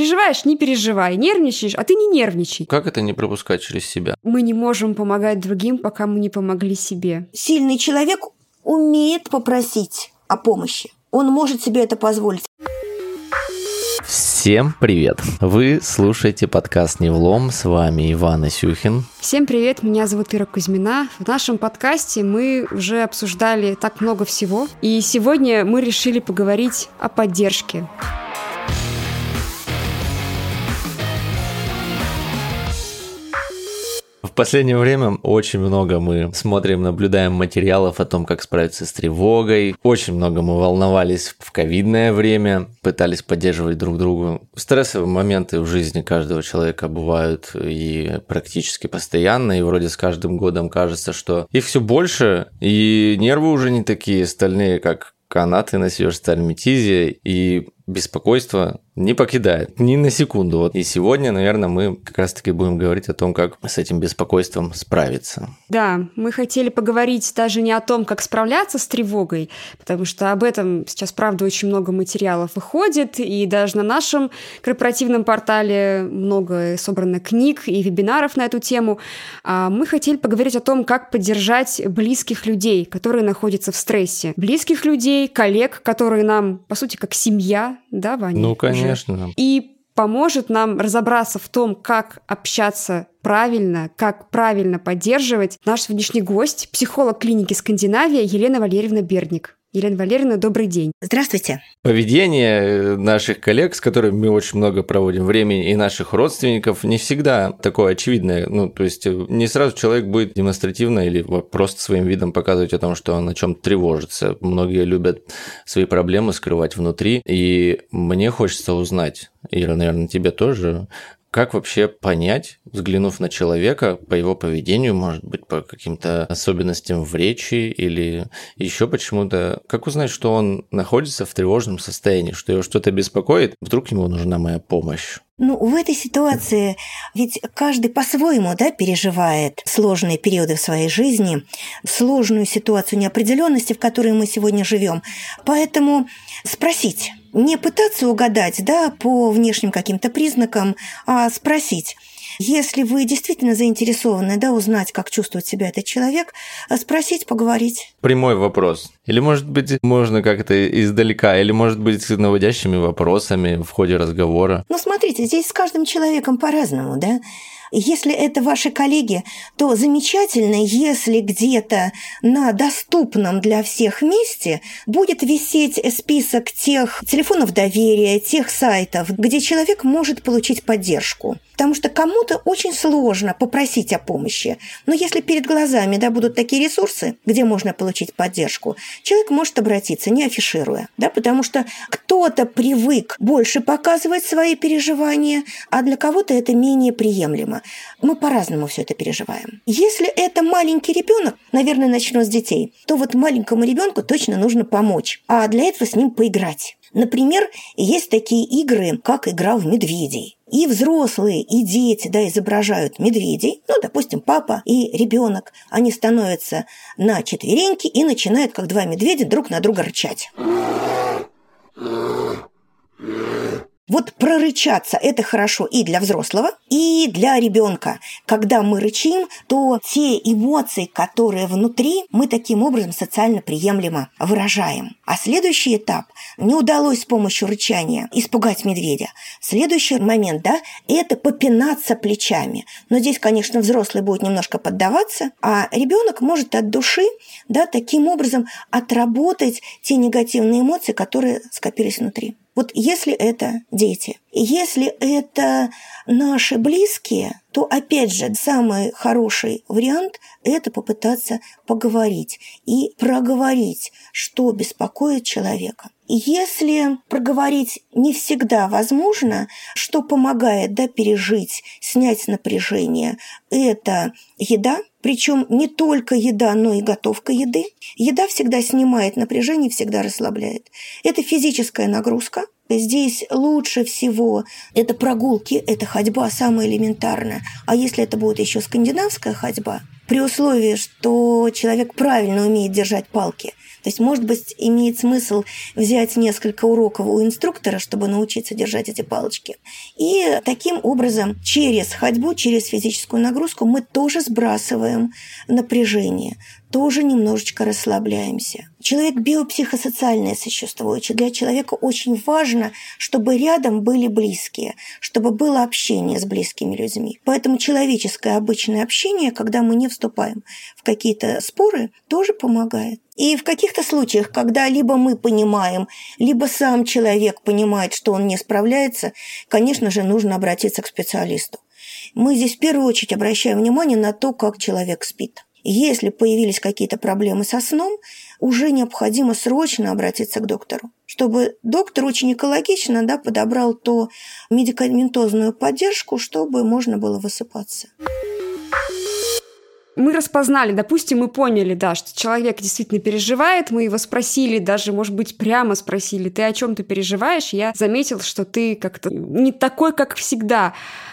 Переживаешь, не переживай. Нервничаешь, а ты не нервничай. Как это не пропускать через себя? Мы не можем помогать другим, пока мы не помогли себе. Сильный человек умеет попросить о помощи. Он может себе это позволить. Всем привет! Вы слушаете подкаст «Невлом», с вами Иван Исюхин. Всем привет, меня зовут Ира Кузьмина. В нашем подкасте мы уже обсуждали так много всего, и сегодня мы решили поговорить о поддержке. В последнее время очень много мы смотрим, наблюдаем материалов о том, как справиться с тревогой. Очень много мы волновались в ковидное время, пытались поддерживать друг друга. Стрессовые моменты в жизни каждого человека бывают и практически постоянно, и вроде с каждым годом кажется, что их все больше, и нервы уже не такие стальные, как канаты на сиорстальмитизе, и беспокойство не покидает ни на секунду. И сегодня, наверное, мы как раз-таки будем говорить о том, как с этим беспокойством справиться. Да, мы хотели поговорить даже не о том, как справляться с тревогой, потому что об этом сейчас, правда, очень много материалов выходит, и даже на нашем корпоративном портале много собрано книг и вебинаров на эту тему. А мы хотели поговорить о том, как поддержать близких людей, которые находятся в стрессе. Близких людей, коллег, которые нам, по сути, как семья, да, Ваня? Ну, конечно. Уже. И поможет нам разобраться в том, как общаться правильно, как правильно поддерживать наш сегодняшний гость, психолог клиники «Скандинавия» Елена Валерьевна Бердник. Елена Валерьевна, добрый день. Здравствуйте. Поведение наших коллег, с которыми мы очень много проводим времени, и наших родственников, не всегда такое очевидное. То есть не сразу человек будет демонстративно или просто своим видом показывать о том, что он о чем-то тревожится. Многие любят свои проблемы скрывать внутри, и мне хочется узнать, Ира, наверное, тебе тоже, как вообще понять, взглянув на человека, по его поведению, может быть, по каким-то особенностям в речи или еще почему-то, как узнать, что он находится в тревожном состоянии, что его что-то беспокоит, вдруг ему нужна моя помощь? В этой ситуации ведь каждый по-своему, переживает сложные периоды в своей жизни, сложную ситуацию неопределенности, в которой мы сегодня живем. Поэтому спросить, не пытаться угадать, по внешним каким-то признакам, а спросить. Если вы действительно заинтересованы, узнать, как чувствует себя этот человек, спросить, поговорить. Прямой вопрос. Или, может быть, можно как-то издалека, или, может быть, с наводящими вопросами в ходе разговора. Смотрите, здесь с каждым человеком по-разному, Если это ваши коллеги, то замечательно, если где-то на доступном для всех месте будет висеть список тех телефонов доверия, тех сайтов, где человек может получить поддержку. Потому что кому-то очень сложно попросить о помощи. Но если перед глазами будут такие ресурсы, где можно получить поддержку, человек может обратиться, не афишируя. Потому что кто-то привык больше показывать свои переживания, а для кого-то это менее приемлемо. Мы по-разному все это переживаем. Если это маленький ребенок, наверное, начну с детей, то маленькому ребенку точно нужно помочь, а для этого с ним поиграть. Например, есть такие игры, как игра в медведей. И взрослые, и дети, изображают медведей. Допустим, папа и ребенок. Они становятся на четвереньки и начинают, как два медведя, друг на друга рычать. Прорычаться – это хорошо и для взрослого, и для ребенка. Когда мы рычим, то те эмоции, которые внутри, мы таким образом социально приемлемо выражаем. А следующий этап – не удалось с помощью рычания испугать медведя. Следующий момент, это попинаться плечами. Но здесь, конечно, взрослый будет немножко поддаваться, а ребенок может от души, таким образом отработать те негативные эмоции, которые скопились внутри. Если это дети, если это наши близкие, то, опять же, самый хороший вариант – это попытаться поговорить и проговорить, что беспокоит человека. Если проговорить не всегда возможно, что помогает пережить, снять напряжение, это еда, причем не только еда, но и готовка еды. Еда всегда снимает напряжение, всегда расслабляет. Это физическая нагрузка. Здесь лучше всего это прогулки, это ходьба самая элементарная. А если это будет еще скандинавская ходьба, при условии, что человек правильно умеет держать палки. То есть, может быть, имеет смысл взять несколько уроков у инструктора, чтобы научиться держать эти палочки. И таким образом, через ходьбу, через физическую нагрузку мы тоже сбрасываем напряжение, тоже немножечко расслабляемся. Человек биопсихосоциальное существо. Для человека очень важно, чтобы рядом были близкие, чтобы было общение с близкими людьми. Поэтому человеческое обычное общение, когда мы не вступаем в какие-то споры, тоже помогает. И в каких-то случаях, когда либо мы понимаем, либо сам человек понимает, что он не справляется, конечно же, нужно обратиться к специалисту. Мы здесь в первую очередь обращаем внимание на то, как человек спит. Если появились какие-то проблемы со сном, уже необходимо срочно обратиться к доктору, чтобы доктор очень экологично подобрал ту медикаментозную поддержку, чтобы можно было высыпаться. Мы распознали, допустим, мы поняли, что человек действительно переживает, мы его спросили, даже, может быть, прямо спросили, ты о чем ты переживаешь? Я заметил, что ты как-то не такой, как всегда.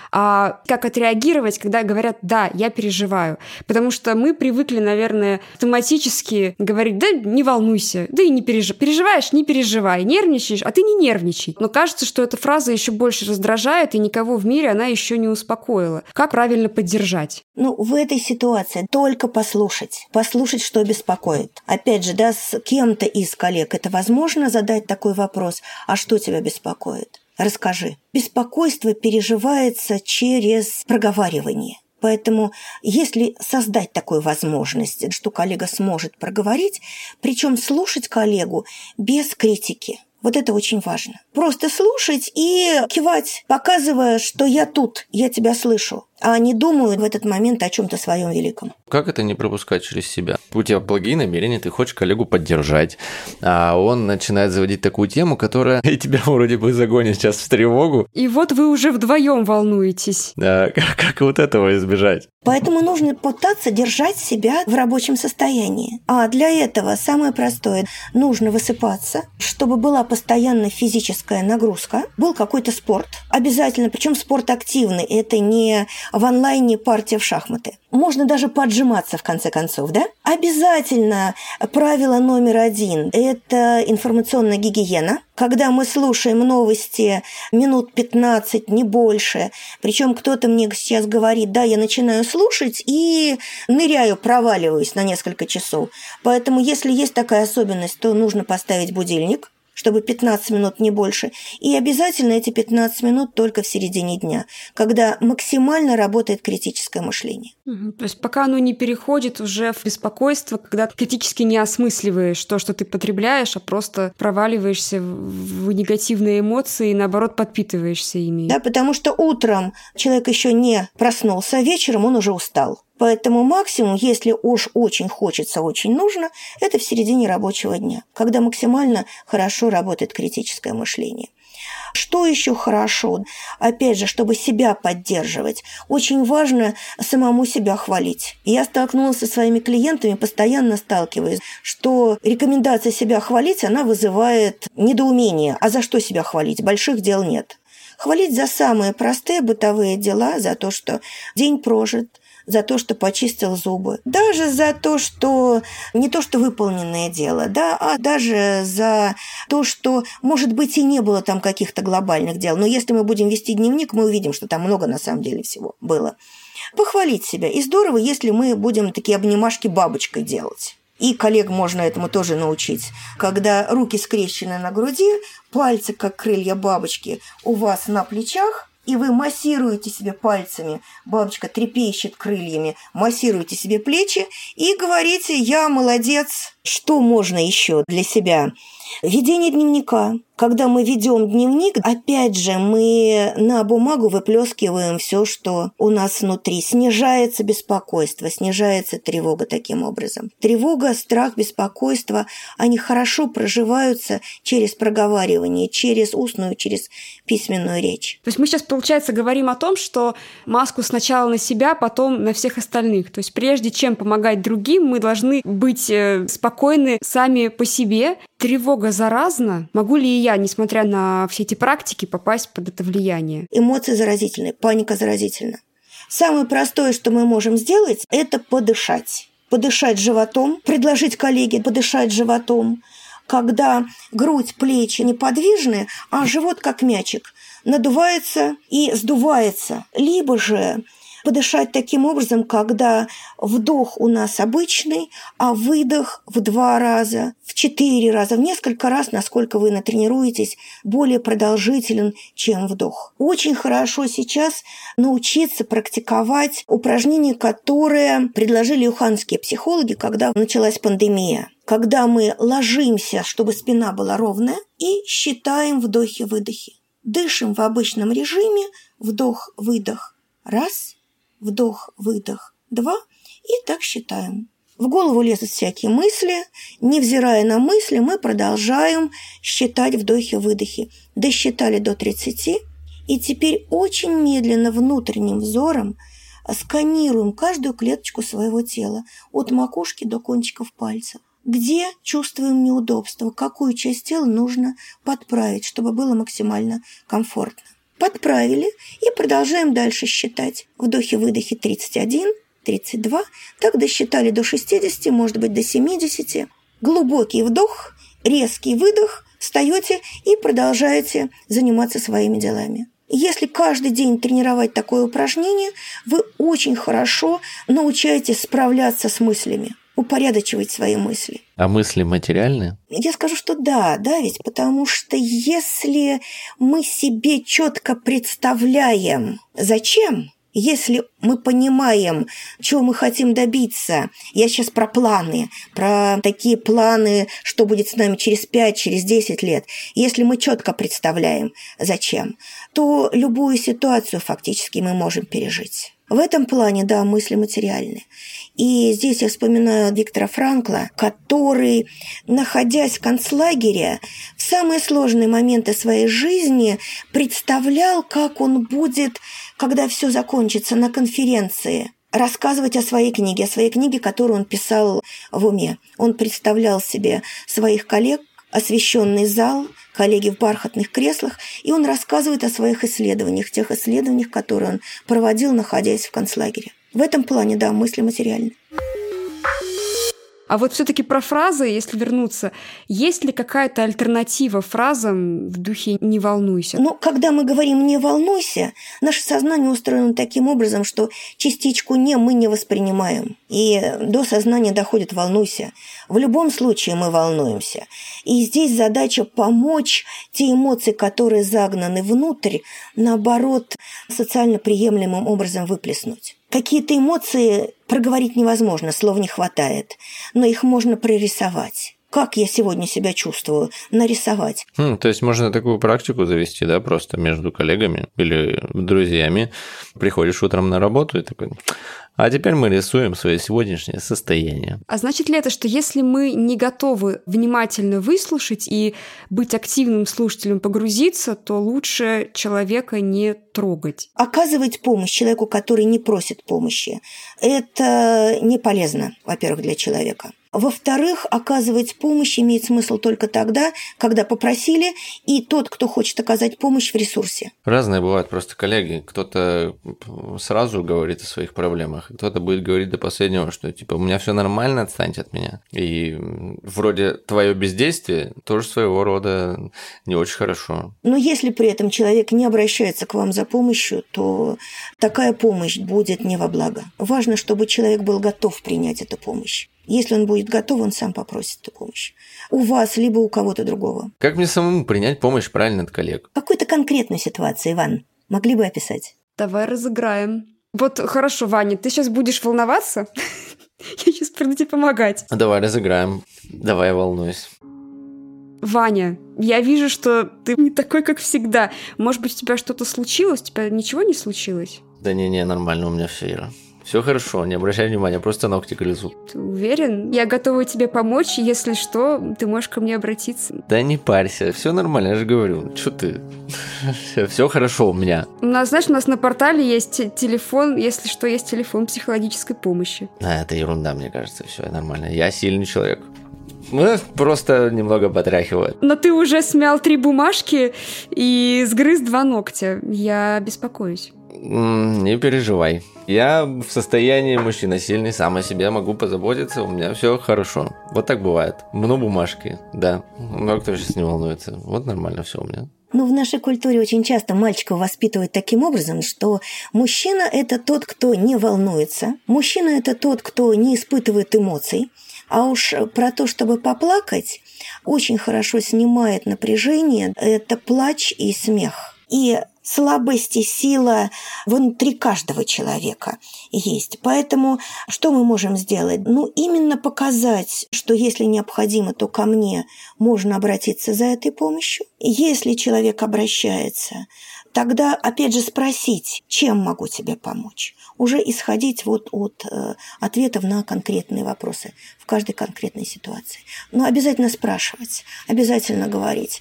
А как отреагировать, когда говорят «да, я переживаю». Потому что мы привыкли, наверное, автоматически говорить «да, не волнуйся, да и не переживай». Переживаешь – не переживай, нервничаешь, а ты не нервничай. Но кажется, что эта фраза еще больше раздражает, и никого в мире она еще не успокоила. Как правильно поддержать? В этой ситуации только послушать, что беспокоит. Опять же, с кем-то из коллег это возможно задать такой вопрос: а что тебя беспокоит? Расскажи. Беспокойство переживается через проговаривание. Поэтому если создать такую возможность, что коллега сможет проговорить, причем слушать коллегу без критики. Вот это очень важно. Просто слушать и кивать, показывая, что я тут, я тебя слышу, а не думаю в этот момент о чем-то своем великом. Как это не пропускать через себя? У тебя благие намерения, ты хочешь коллегу поддержать, а он начинает заводить такую тему, которая и тебя вроде бы загонит сейчас в тревогу. И вот вы уже вдвоем волнуетесь. Да, как вот этого избежать? Поэтому нужно пытаться держать себя в рабочем состоянии. А для этого самое простое – нужно высыпаться, чтобы была постоянная физическая нагрузка, был какой-то спорт. Обязательно, причем спорт активный, это не в онлайне партия в шахматы. Можно даже поджиматься, в конце концов, да? Обязательно правило номер 1 – это информационная гигиена. Когда мы слушаем новости минут 15, не больше, причем кто-то мне сейчас говорит, да, я начинаю слушать и ныряю, проваливаюсь на несколько часов. Поэтому, если есть такая особенность, то нужно поставить будильник, чтобы 15 минут, не больше. И обязательно эти 15 минут только в середине дня, когда максимально работает критическое мышление. То есть пока оно не переходит уже в беспокойство, когда ты критически не осмысливаешь то, что ты потребляешь, а просто проваливаешься в негативные эмоции и, наоборот, подпитываешься ими. Да, потому что утром человек еще не проснулся, а вечером он уже устал. Поэтому максимум, если уж очень хочется, очень нужно, это в середине рабочего дня, когда максимально хорошо работает критическое мышление. Что еще хорошо? Опять же, чтобы себя поддерживать, очень важно самому себя хвалить. Я столкнулась со своими клиентами, постоянно сталкиваюсь, что рекомендация себя хвалить, она вызывает недоумение. А за что себя хвалить? Больших дел нет. Хвалить за самые простые бытовые дела, за то, что день прожит, за то, что почистил зубы, даже за то, что не то, что выполненное дело, да, а даже за то, что, может быть, и не было там каких-то глобальных дел. Но если мы будем вести дневник, мы увидим, что там много на самом деле всего было. Похвалить себя. И здорово, если мы будем такие обнимашки бабочкой делать. И коллег можно этому тоже научить. Когда руки скрещены на груди, пальцы, как крылья бабочки, у вас на плечах, и вы массируете себе пальцами, бабочка трепещет крыльями, массируете себе плечи и говорите «я молодец». Что можно еще для себя? Ведение дневника. Когда мы ведем дневник, опять же, мы на бумагу выплескиваем все, что у нас внутри. Снижается беспокойство, снижается тревога таким образом. Тревога, страх, беспокойство, они хорошо проживаются через проговаривание, через устную, через письменную речь. То есть мы сейчас, получается, говорим о том, что маску сначала на себя, потом на всех остальных. То есть прежде чем помогать другим, мы должны быть спокойны сами по себе. Тревога заразна. Могу ли и я, несмотря на все эти практики, попасть под это влияние? Эмоции заразительны, паника заразительна. Самое простое, что мы можем сделать, это подышать. Подышать животом, предложить коллеге подышать животом, когда грудь, плечи неподвижны, а живот как мячик надувается и сдувается. Либо же подышать таким образом, когда вдох у нас обычный, а выдох в 2 раза, в 4 раза, в несколько раз, насколько вы натренируетесь, более продолжителен, чем вдох. Очень хорошо сейчас научиться практиковать упражнения, которые предложили уханьские психологи, когда началась пандемия. Когда мы ложимся, чтобы спина была ровная, и считаем вдохи-выдохи. Дышим в обычном режиме, вдох-выдох, раз, вдох-выдох, 2, и так считаем. В голову лезут всякие мысли. Невзирая на мысли, мы продолжаем считать вдохи-выдохи. Досчитали до 30, и теперь очень медленно внутренним взором сканируем каждую клеточку своего тела от макушки до кончиков пальцев. Где чувствуем неудобство, какую часть тела нужно подправить, чтобы было максимально комфортно. Подправили и продолжаем дальше считать. Вдохи-выдохи 31, 32. Так досчитали до 60, может быть, до 70. Глубокий вдох, резкий выдох, встаете и продолжаете заниматься своими делами. Если каждый день тренировать такое упражнение, вы очень хорошо научаетесь справляться с мыслями, упорядочивать свои мысли. А мысли материальны? Я скажу, что да, ведь потому что если мы себе четко представляем, зачем, если мы понимаем, чего мы хотим добиться, я сейчас про планы, про такие планы, что будет с нами через 5, через 10 лет, если мы четко представляем, зачем, то любую ситуацию фактически мы можем пережить. В этом плане, да, мысли материальны. И здесь я вспоминаю Виктора Франкла, который, находясь в концлагере, в самые сложные моменты своей жизни представлял, как он будет, когда все закончится, на конференции, рассказывать о своей книге, которую он писал в уме. Он представлял себе своих коллег, освещенный зал, коллеги в бархатных креслах, и он рассказывает о своих исследованиях, тех исследованиях, которые он проводил, находясь в концлагере. В этом плане, да, мысли материальны. А вот все-таки про фразы, если вернуться, есть ли какая-то альтернатива фразам в духе «не волнуйся»? Ну, когда мы говорим «не волнуйся», наше сознание устроено таким образом, что частичку «не» мы не воспринимаем. И до сознания доходит «волнуйся». В любом случае мы волнуемся. И здесь задача помочь те эмоции, которые загнаны внутрь, наоборот, социально приемлемым образом выплеснуть. Какие-то эмоции проговорить невозможно, слов не хватает, но их можно прорисовать. Как я сегодня себя чувствую? Нарисовать. То есть можно такую практику завести, да, просто между коллегами или друзьями. Приходишь утром на работу и такой: а теперь мы рисуем свое сегодняшнее состояние. А значит ли это, что если мы не готовы внимательно выслушать и быть активным слушателем, погрузиться, то лучше человека не трогать? Оказывать помощь человеку, который не просит помощи, это не полезно, во-первых, для человека. Во-вторых, оказывать помощь имеет смысл только тогда, когда попросили, и тот, кто хочет оказать помощь, в ресурсе. Разные бывают просто коллеги. Кто-то сразу говорит о своих проблемах, кто-то будет говорить до последнего, что типа у меня все нормально, отстаньте от меня. И вроде твое бездействие тоже своего рода не очень хорошо. Но если при этом человек не обращается к вам за помощью, то такая помощь будет не во благо. Важно, чтобы человек был готов принять эту помощь. Если он будет готов, он сам попросит эту помощь. У вас, либо у кого-то другого. Как мне самому принять помощь правильно от коллег? Какую-то конкретную ситуацию, Иван, могли бы описать? Давай разыграем. Вот хорошо, Ваня, ты сейчас будешь волноваться? Я сейчас приду тебе помогать. Давай разыграем. Давай, я волнуюсь. Ваня, я вижу, что ты не такой, как всегда. Может быть, у тебя что-то случилось? У тебя ничего не случилось? Да не, нормально у меня все, Ира. Все хорошо, не обращай внимания, просто ногти грызу. Ты уверен? Я готова тебе помочь, и если что, ты можешь ко мне обратиться. Да не парься, все нормально, я же говорю. Что ты? Все хорошо у меня. У нас на портале есть телефон, если что, есть телефон психологической помощи. Это ерунда, мне кажется, все нормально. Я сильный человек. Просто немного потряхивает. Но ты уже смял 3 бумажки и сгрыз 2 ногтя. Я беспокоюсь. Не переживай. Я в состоянии мужчина сильный, сам о себе могу позаботиться, у меня все хорошо. Вот так бывает. Много бумажки, да. Но кто сейчас не волнуется. Вот нормально все у меня. Ну, в нашей культуре очень часто мальчиков воспитывают таким образом, что мужчина – это тот, кто не волнуется, мужчина – это тот, кто не испытывает эмоций, а уж про то, чтобы поплакать, очень хорошо снимает напряжение – это плач и смех. И слабость и сила внутри каждого человека есть. Поэтому что мы можем сделать? Ну, именно показать, что если необходимо, то ко мне можно обратиться за этой помощью. Если человек обращается, тогда, опять же, спросить, чем могу тебе помочь. Уже исходить вот от ответов на конкретные вопросы в каждой конкретной ситуации. Но обязательно спрашивать, обязательно говорить.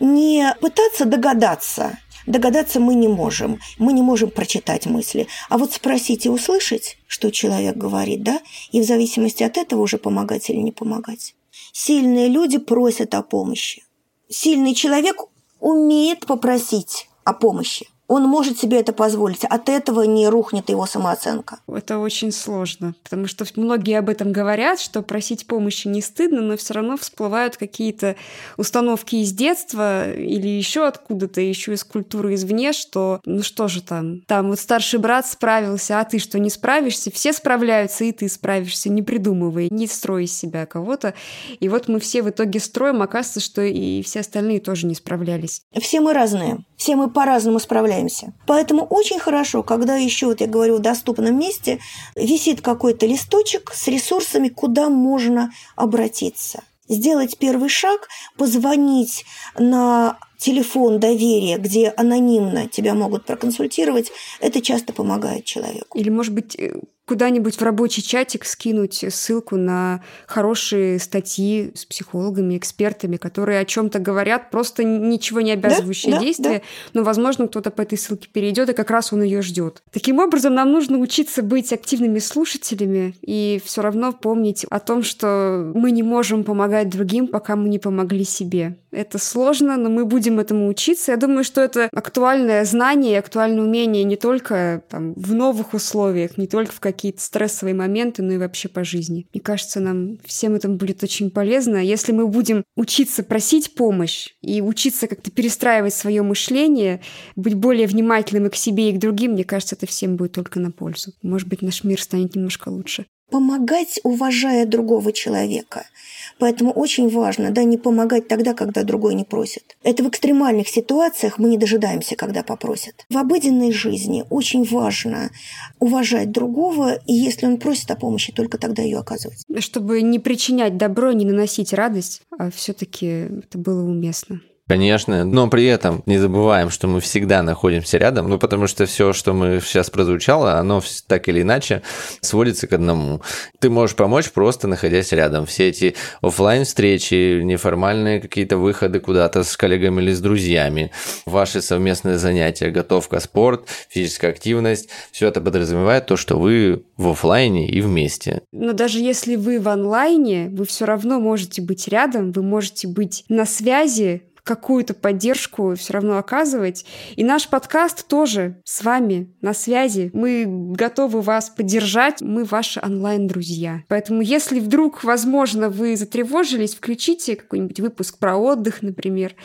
Не пытаться догадаться. Догадаться мы не можем прочитать мысли. А вот спросить и услышать, что человек говорит, да, и в зависимости от этого уже помогать или не помогать. Сильные люди просят о помощи. Сильный человек умеет попросить о помощи. Он может себе это позволить. От этого не рухнет его самооценка. Это очень сложно, потому что многие об этом говорят, что просить помощи не стыдно, но все равно всплывают какие-то установки из детства или еще откуда-то, еще из культуры извне, что ну что же там вот старший брат справился, а ты что, не справишься? Все справляются, и ты справишься, не придумывай, не строй из себя кого-то. И вот мы все в итоге строим, оказывается, что и все остальные тоже не справлялись. Все мы разные, все мы по-разному справляемся. Поэтому очень хорошо, когда еще, вот я говорю, в доступном месте висит какой-то листочек с ресурсами, куда можно обратиться. Сделать первый шаг, позвонить на телефон доверия, где анонимно тебя могут проконсультировать, это часто помогает человеку. Или, может быть, куда-нибудь в рабочий чатик скинуть ссылку на хорошие статьи с психологами, экспертами, которые о чем-то говорят, просто ничего не обязывающее действие, но, возможно, кто-то по этой ссылке перейдет, и как раз он ее ждет. Таким образом, нам нужно учиться быть активными слушателями и все равно помнить о том, что мы не можем помогать другим, пока мы не помогли себе. Это сложно, но мы будем этому учиться. Я думаю, что это актуальное знание, актуальное умение не только там, в новых условиях, не только в какие-то стрессовые моменты, но и вообще по жизни. Мне кажется, нам всем это будет очень полезно. Если мы будем учиться просить помощь и учиться как-то перестраивать свое мышление, быть более внимательным и к себе, и к другим, мне кажется, это всем будет только на пользу. Может быть, наш мир станет немножко лучше. Помогать, уважая другого человека. Поэтому очень важно, не помогать тогда, когда другой не просит. Это в экстремальных ситуациях мы не дожидаемся, когда попросят. В обыденной жизни очень важно уважать другого, и если он просит о помощи, только тогда ее оказывать. Чтобы не причинять добро, не наносить радость, а все-таки это было уместно. Конечно, но при этом не забываем, что мы всегда находимся рядом, потому что все, что мы сейчас прозвучало, оно так или иначе сводится к одному. Ты можешь помочь, просто находясь рядом. Все эти офлайн-встречи, неформальные какие-то выходы куда-то с коллегами или с друзьями, ваши совместные занятия, готовка, спорт, физическая активность, все это подразумевает то, что вы в офлайне и вместе. Но даже если вы в онлайне, вы все равно можете быть рядом, вы можете быть на связи, какую-то поддержку все равно оказывать. И наш подкаст тоже с вами на связи. Мы готовы вас поддержать, мы ваши онлайн-друзья. Поэтому если вдруг, возможно, вы затревожились, включите какой-нибудь выпуск про отдых, например,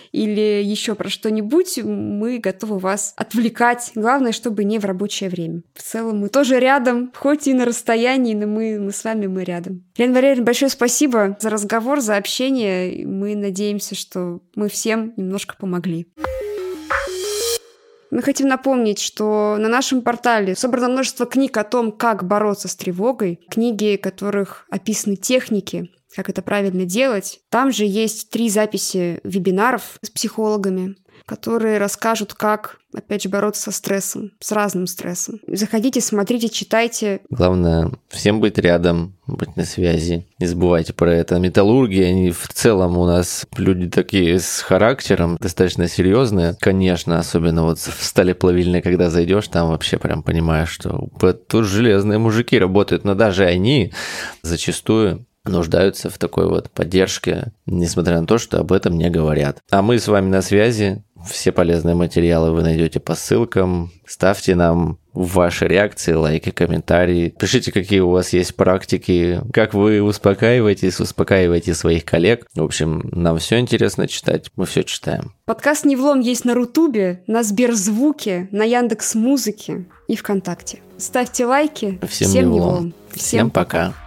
или еще про что-нибудь, мы готовы вас отвлекать. Главное, чтобы не в рабочее время. В целом мы тоже рядом, хоть и на расстоянии, но мы с вами, мы рядом. Лена Валерьевна, большое спасибо за разговор, за общение. Мы надеемся, что мы всем немножко помогли. Мы хотим напомнить, что на нашем портале собрано множество книг о том, как бороться с тревогой, книги, в которых описаны техники, как это правильно делать. Там же есть 3 записи вебинаров с психологами, которые расскажут, как, опять же, бороться со стрессом, с разным стрессом. Заходите, смотрите, читайте. Главное, всем быть рядом, быть на связи. Не забывайте про это. Металлурги, они в целом у нас люди такие с характером, достаточно серьезные. Конечно, особенно вот в сталеплавильной, когда зайдешь, там вообще прям понимаешь, что тут железные мужики работают, но даже они зачастую нуждаются в такой вот поддержке, несмотря на то, что об этом не говорят. А мы с вами на связи. Все полезные материалы вы найдете по ссылкам. Ставьте нам ваши реакции, лайки, комментарии. Пишите, какие у вас есть практики, как вы успокаиваете своих коллег. В общем, нам все интересно читать, мы все читаем. Подкаст «Невлом» есть на Рутубе, на Сберзвуке, на Яндекс.Музыке и ВКонтакте. Ставьте лайки. Всем невлом. Всем пока.